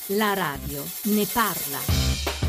La radio ne parla.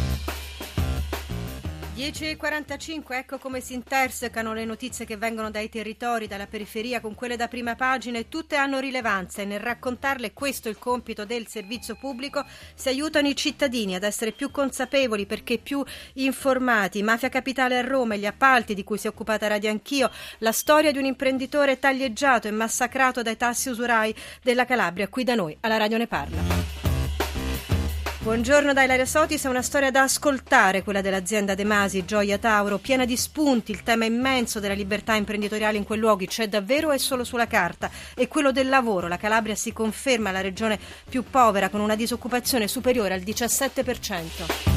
10:45, ecco come si intersecano le notizie che vengono dai territori, dalla periferia, con quelle da prima pagina, e tutte hanno rilevanza, e nel raccontarle, questo è il compito del servizio pubblico, si aiutano i cittadini ad essere più consapevoli perché più informati. Mafia Capitale a Roma, gli appalti di cui si è occupata Radio Anch'io, la storia di un imprenditore taglieggiato e massacrato dai tassi usurai della Calabria, qui da noi, alla Radio ne parla. Buongiorno da Ilaria Sotis, è una storia da ascoltare, quella dell'azienda De Masi, Gioia Tauro, piena di spunti. Il tema immenso della libertà imprenditoriale in quei luoghi c'è davvero, è solo sulla carta. E quello del lavoro, la Calabria si conferma la regione più povera, con una disoccupazione superiore al 17%.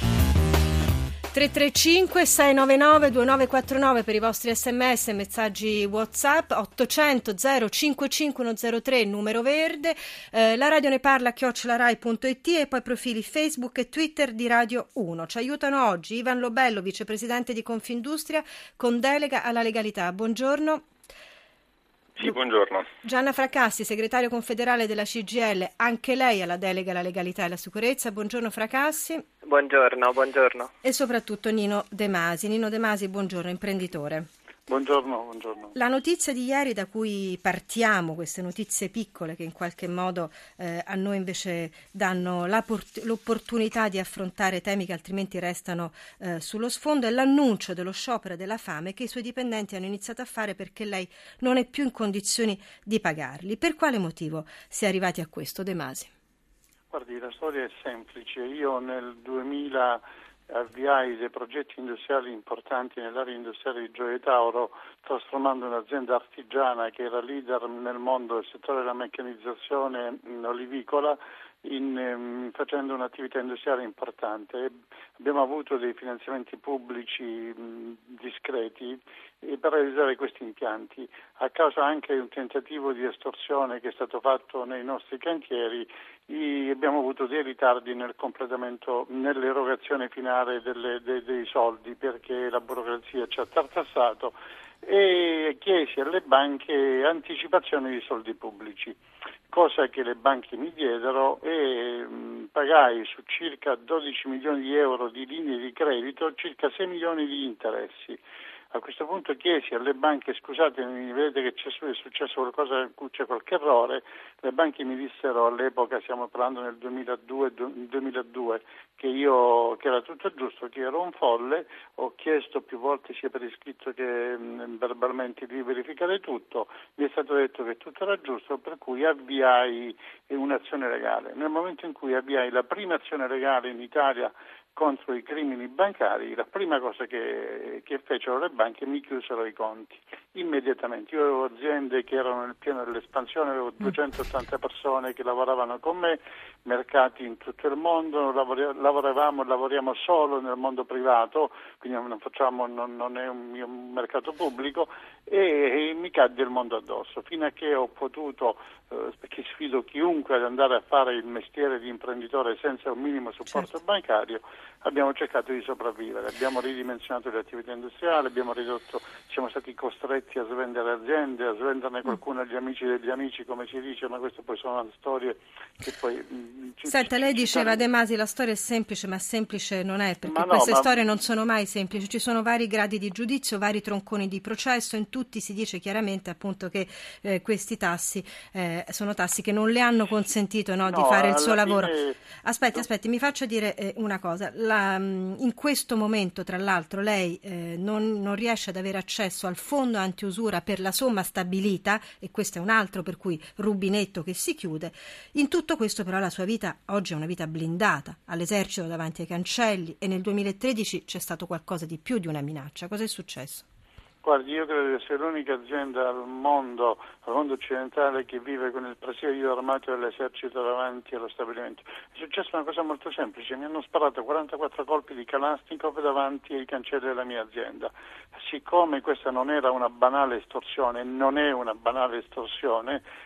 335 699 2949 per i vostri sms e messaggi WhatsApp, 800 055 103 numero verde, la radio ne parla @rai.it e poi profili Facebook e Twitter di Radio 1. Ci aiutano oggi Ivan Lobello, vicepresidente di Confindustria con delega alla legalità. Buongiorno. Sì, buongiorno. Gianna Fracassi, segretario confederale della CGIL, anche lei ha la delega alla legalità e alla sicurezza. Buongiorno Fracassi. Buongiorno. E soprattutto Nino De Masi. Nino De Masi, buongiorno, imprenditore. Buongiorno. La notizia di ieri da cui partiamo, queste notizie piccole che in qualche modo a noi invece danno l'opportunità di affrontare temi che altrimenti restano sullo sfondo, è l'annuncio dello sciopero della fame che i suoi dipendenti hanno iniziato a fare perché lei non è più in condizioni di pagarli. Per quale motivo si è arrivati a questo, De Masi? Guardi, la storia è semplice. Io nel 2000 avviai dei progetti industriali importanti nell'area industriale di Gioia Tauro, trasformando un'azienda artigiana che era leader nel mondo del settore della meccanizzazione olivicola facendo un'attività industriale importante. Abbiamo avuto dei finanziamenti pubblici discreti per realizzare questi impianti. A causa anche di un tentativo di estorsione che è stato fatto nei nostri cantieri, abbiamo avuto dei ritardi nel completamento, nell'erogazione finale dei soldi, perché la burocrazia ci ha tartassato, e chiesi alle banche anticipazioni di soldi pubblici, cosa che le banche mi diedero, e pagai su circa 12 milioni di euro di linee di credito circa 6 milioni di interessi. A questo punto chiesi alle banche: scusatemi, vedete che è successo qualcosa, c'è qualche errore. Le banche mi dissero all'epoca, stiamo parlando nel 2002, che era tutto giusto, che ero un folle. Ho chiesto più volte sia per iscritto che verbalmente di verificare tutto. Mi è stato detto che tutto era giusto, per cui avviai un'azione legale. Nel momento in cui avviai la prima azione legale in Italia contro i crimini bancari, la prima cosa che fecero le banche, mi chiusero i conti immediatamente. Io avevo aziende che erano nel pieno dell'espansione, avevo 280 persone che lavoravano con me, mercati in tutto il mondo, lavoriamo solo nel mondo privato, quindi non è un mio mercato pubblico, e mi cadde il mondo addosso, fino a che ho potuto, perché sfido chiunque ad andare a fare il mestiere di imprenditore senza un minimo supporto bancario. Abbiamo cercato di sopravvivere, abbiamo ridimensionato le attività industriali, siamo stati costretti a svendere aziende, a svenderne qualcuno agli amici degli amici, come si dice, ma queste poi sono storie che poi... Senta, lei diceva, De Masi, la storia è semplice, ma semplice non è, perché storie non sono mai semplici, ci sono vari gradi di giudizio, vari tronconi di processo, in tutti si dice chiaramente appunto che questi tassi sono tassi che non le hanno consentito di fare il suo lavoro. Aspetti, mi faccia dire una cosa. In questo momento, tra l'altro, lei non riesce ad avere accesso al fondo antiusura per la somma stabilita, e questo è un altro per cui rubinetto che si chiude. In tutto questo però la sua vita oggi è una vita blindata, all'esercito davanti ai cancelli, e nel 2013 c'è stato qualcosa di più di una minaccia. Cosa è successo? Guardi, io credo di essere l'unica azienda al mondo occidentale che vive con il presidio armato dell'esercito davanti allo stabilimento. È successa una cosa molto semplice: mi hanno sparato 44 colpi di Kalashnikov davanti ai cancelli della mia azienda. Siccome questa non era una banale estorsione,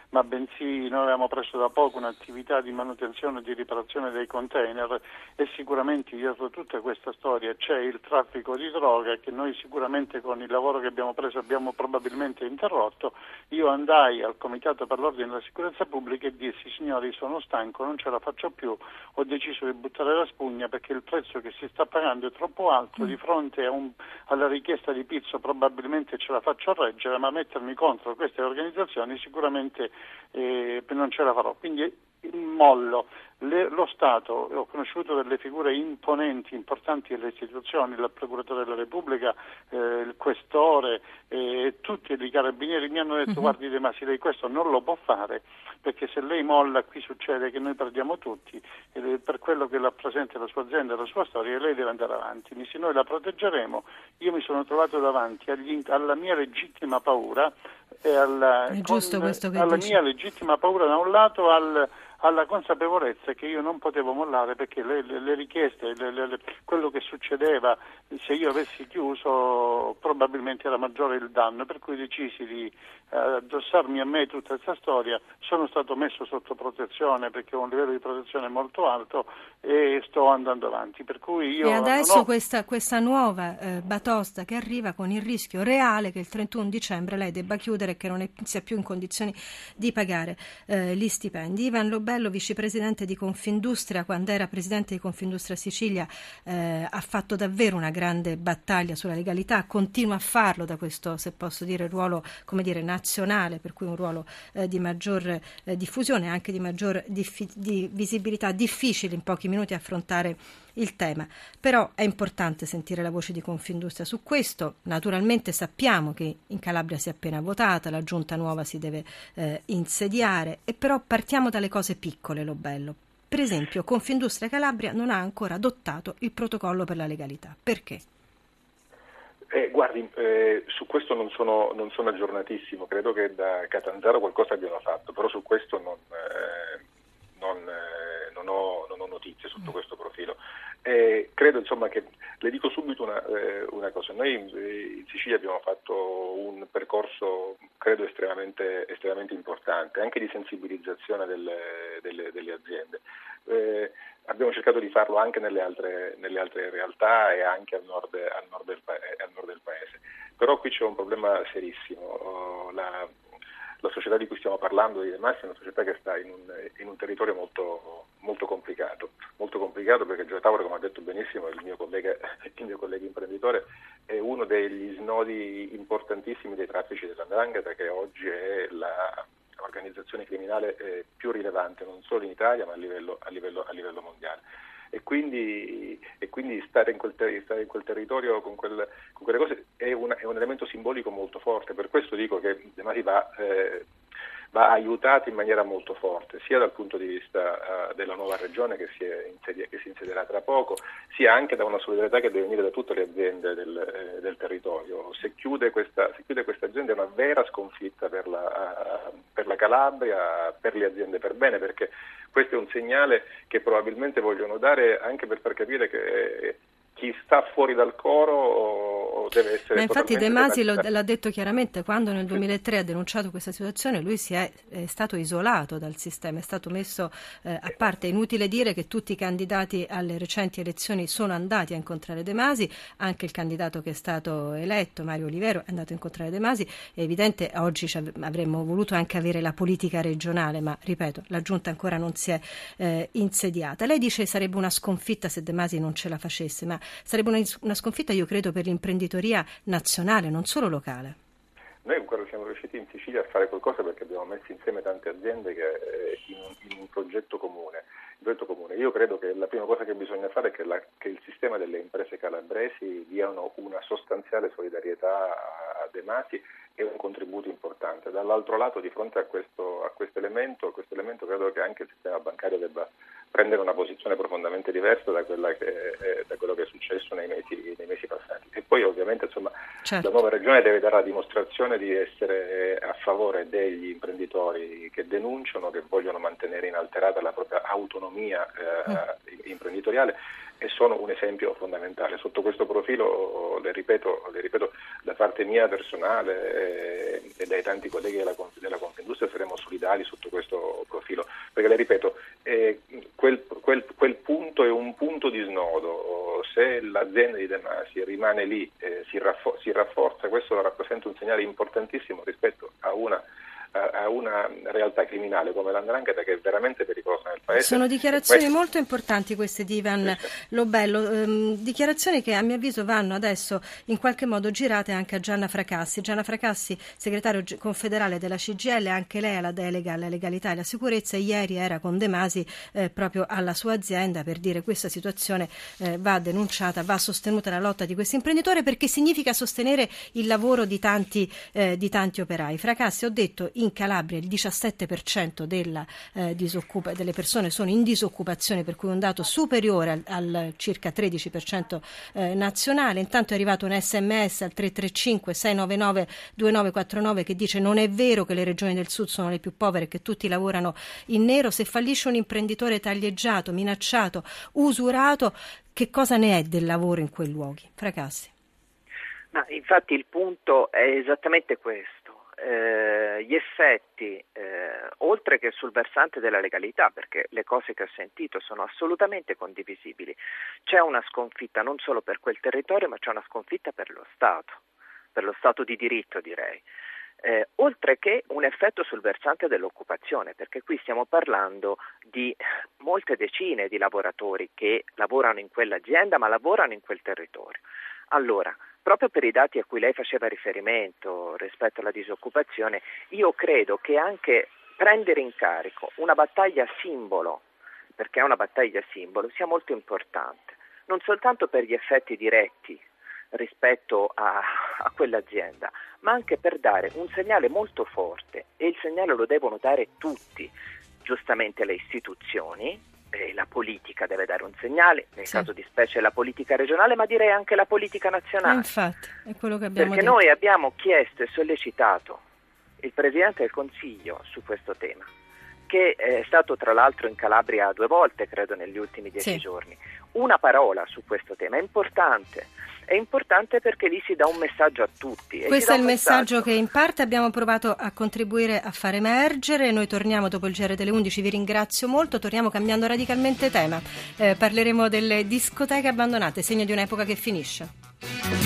ma bensì noi avevamo preso da poco un'attività di manutenzione e di riparazione dei container, e sicuramente dietro tutta questa storia c'è il traffico di droga che noi sicuramente con il lavoro che abbiamo preso abbiamo probabilmente interrotto. Io andai al Comitato per l'Ordine e la Sicurezza Pubblica e dissi: signori, sono stanco, non ce la faccio più, ho deciso di buttare la spugna perché il prezzo che si sta pagando è troppo alto, di fronte alla richiesta di pizzo probabilmente ce la faccio reggere, ma mettermi contro queste organizzazioni sicuramente non ce la farò. Quindi il mollo. Lo Stato, ho conosciuto delle figure imponenti, importanti delle istituzioni, il Procuratore della Repubblica, il Questore, tutti i carabinieri mi hanno detto: guardi De Masi, lei questo non lo può fare, perché se lei molla qui succede che noi perdiamo tutti, per quello che rappresenta la sua azienda e la sua storia, lei deve andare avanti. Se noi la proteggeremo. Io mi sono trovato davanti alla mia legittima paura e alla mia legittima paura da un lato, alla consapevolezza che io non potevo mollare, perché le richieste, quello che succedeva, se io avessi chiuso probabilmente era maggiore il danno, per cui decisi di addossarmi a me tutta questa storia. Sono stato messo sotto protezione perché ho un livello di protezione molto alto e sto andando avanti, per cui io e adesso questa nuova batosta che arriva con il rischio reale che il 31 dicembre lei debba chiudere e che non sia più in condizioni di pagare gli stipendi. Ivan Lobello, vicepresidente di Confindustria, quando era presidente di Confindustria Sicilia ha fatto davvero una grande battaglia sulla legalità, continua a farlo da questo, se posso dire, ruolo, come dire, nazionale, per cui un ruolo di maggior diffusione, anche di maggior di visibilità. Difficile in pochi minuti affrontare il tema, però è importante sentire la voce di Confindustria su questo. Naturalmente sappiamo che in Calabria si è appena votata, la giunta nuova si deve insediare, e però partiamo dalle cose piccole, Lobello. Per esempio, Confindustria Calabria non ha ancora adottato il protocollo per la legalità. Perché? Guardi, su questo non sono aggiornatissimo, credo che da Catanzaro qualcosa abbiano fatto, però su questo non ho notizie sotto questo profilo. Credo insomma che le dico subito una cosa: noi in Sicilia abbiamo fatto un percorso credo estremamente importante, anche di sensibilizzazione delle aziende. Abbiamo cercato di farlo anche nelle altre realtà e anche al nord del paese. Però qui c'è un problema serissimo. La società di cui stiamo parlando, di De Masi, è una società che sta in un territorio molto complicato perché Gioia Tauro, come ha detto benissimo il mio collega imprenditore, è uno degli snodi importantissimi dei traffici della 'ndrangheta, che oggi è l'organizzazione criminale più rilevante non solo in Italia ma a livello mondiale. E quindi stare in quel territorio con quelle cose è un elemento simbolico molto forte. Per questo dico che De Masi va aiutato in maniera molto forte, sia dal punto di vista della nuova regione che si insedierà tra poco, sia anche da una solidarietà che deve venire da tutte le aziende del territorio. Se chiude questa azienda è una vera sconfitta per la Calabria, per le aziende per bene, perché questo è un segnale che probabilmente vogliono dare anche per far capire che chi sta fuori dal coro deve essere. Ma infatti De Masi l'ha detto chiaramente: quando nel 2003 ha denunciato questa situazione, lui è stato isolato dal sistema, è stato messo a parte. È inutile dire che tutti i candidati alle recenti elezioni sono andati a incontrare De Masi, anche il candidato che è stato eletto, Mario Olivero, è andato a incontrare De Masi. È evidente, oggi avremmo voluto anche avere la politica regionale, ma ripeto, la giunta ancora non si è insediata. Lei dice sarebbe una sconfitta se De Masi non ce la facesse, ma sarebbe una sconfitta, io credo, per l'imprenditoria nazionale, non solo locale. Noi ancora siamo riusciti in Sicilia a fare qualcosa perché abbiamo messo insieme tante aziende che in un progetto comune. Io credo che la prima cosa che bisogna fare è che il sistema delle imprese calabresi diano una sostanziale solidarietà a De Masi e un contributo importante. Dall'altro lato, di fronte a questo elemento credo che anche il sistema bancario debba prendere una posizione profondamente diversa da quello che è successo nei mesi passati. E poi ovviamente certo, la nuova regione deve dare la dimostrazione di essere a favore degli imprenditori che denunciano, che vogliono mantenere inalterata la propria autonomia imprenditoriale, e sono un esempio fondamentale. Sotto questo profilo, le ripeto da parte mia personale e dai tanti colleghi della Confindustria Confindustria saremo solidali sotto questo profilo, perché le ripeto, quel punto è un punto di snodo. Se l'azienda di De Masi rimane lì, si rafforza, questo rappresenta un segnale importantissimo rispetto a una realtà criminale come l''ndrangheta, che è veramente pericolosa nel paese. Sono dichiarazioni molto importanti queste di Ivan Lobello, dichiarazioni che a mio avviso vanno adesso in qualche modo girate anche a Gianna Fracassi. Gianna Fracassi, segretario confederale della CGIL, anche lei ha la delega alla legalità e la sicurezza, e ieri era con De Masi proprio alla sua azienda per dire questa situazione va denunciata, va sostenuta la lotta di questo imprenditore, perché significa sostenere il lavoro di tanti operai. Fracassi, ho detto, in Calabria il 17% delle persone sono in disoccupazione, per cui un dato superiore al circa 13% nazionale. Intanto è arrivato un SMS al 335 699 2949 che dice: non è vero che le regioni del sud sono le più povere e che tutti lavorano in nero. Se fallisce un imprenditore taglieggiato, minacciato, usurato, che cosa ne è del lavoro in quei luoghi? Fracassi. Ma infatti il punto è esattamente questo. Gli effetti, oltre che sul versante della legalità, perché le cose che ho sentito sono assolutamente condivisibili, c'è una sconfitta non solo per quel territorio, ma c'è una sconfitta per lo Stato di diritto, direi. Oltre che un effetto sul versante dell'occupazione, perché qui stiamo parlando di molte decine di lavoratori che lavorano in quell'azienda, ma lavorano in quel territorio. Allora, proprio per i dati a cui lei faceva riferimento rispetto alla disoccupazione, io credo che anche prendere in carico una battaglia simbolo, perché è una battaglia simbolo, sia molto importante, non soltanto per gli effetti diretti rispetto a quell'azienda, ma anche per dare un segnale molto forte, e il segnale lo devono dare tutti, giustamente le istituzioni. La politica deve dare un segnale, nel caso di specie la politica regionale, ma direi anche la politica nazionale. Infatti, è quello che abbiamo detto. Perché noi abbiamo chiesto e sollecitato il Presidente del Consiglio su questo tema, che è stato tra l'altro in Calabria 2 volte, credo, negli ultimi 10 giorni. Una parola su questo tema è importante perché lì si dà un messaggio a tutti. Questo è il messaggio che in parte abbiamo provato a contribuire a far emergere. Noi torniamo dopo il GR delle 11, vi ringrazio molto, torniamo cambiando radicalmente tema. Parleremo delle discoteche abbandonate, segno di un'epoca che finisce.